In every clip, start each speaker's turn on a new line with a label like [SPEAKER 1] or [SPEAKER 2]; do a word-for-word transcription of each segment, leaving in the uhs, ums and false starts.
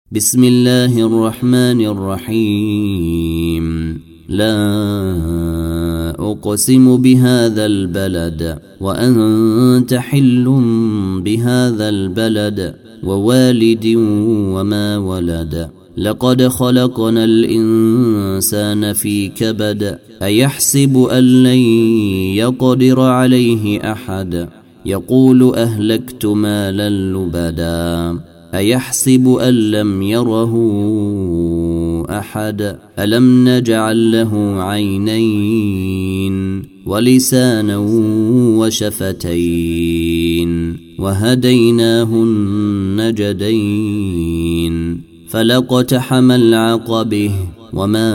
[SPEAKER 1] بسم الله الرحمن الرحيم. لا أقسم بهذا البلد وأنت حل بهذا البلد ووالد وما ولد. لقد خلقنا الإنسان في كبد. أيحسب أن لن يقدر عليه أحد. يقول أهلكت مالا لبدا. أيحسب أن لم يره أحد. ألم نجعل له عينين ولسانا وشفتين وهديناه النجدين. فلاقتحم العقبة وما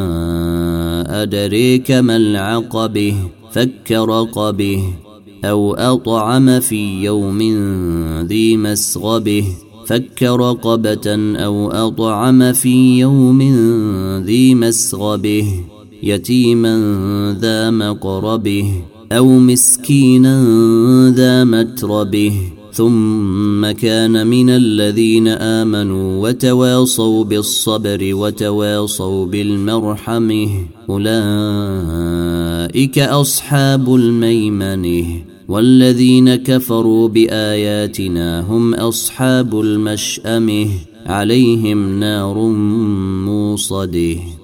[SPEAKER 1] أدريك ما العقبة. فك رقبه أو أطعم في يوم ذي مسغبه. فك رقبة أو أطعم في يوم ذي مسغبه. يتيما ذا مقربه أو مسكينا ذا متربه. ثم كان من الذين آمنوا وتواصوا بالصبر وتواصوا بالمرحمة. أولئك أصحاب الميمنة. والذين كفروا بآياتنا هم أصحاب المشأمة. عليهم نار موصده.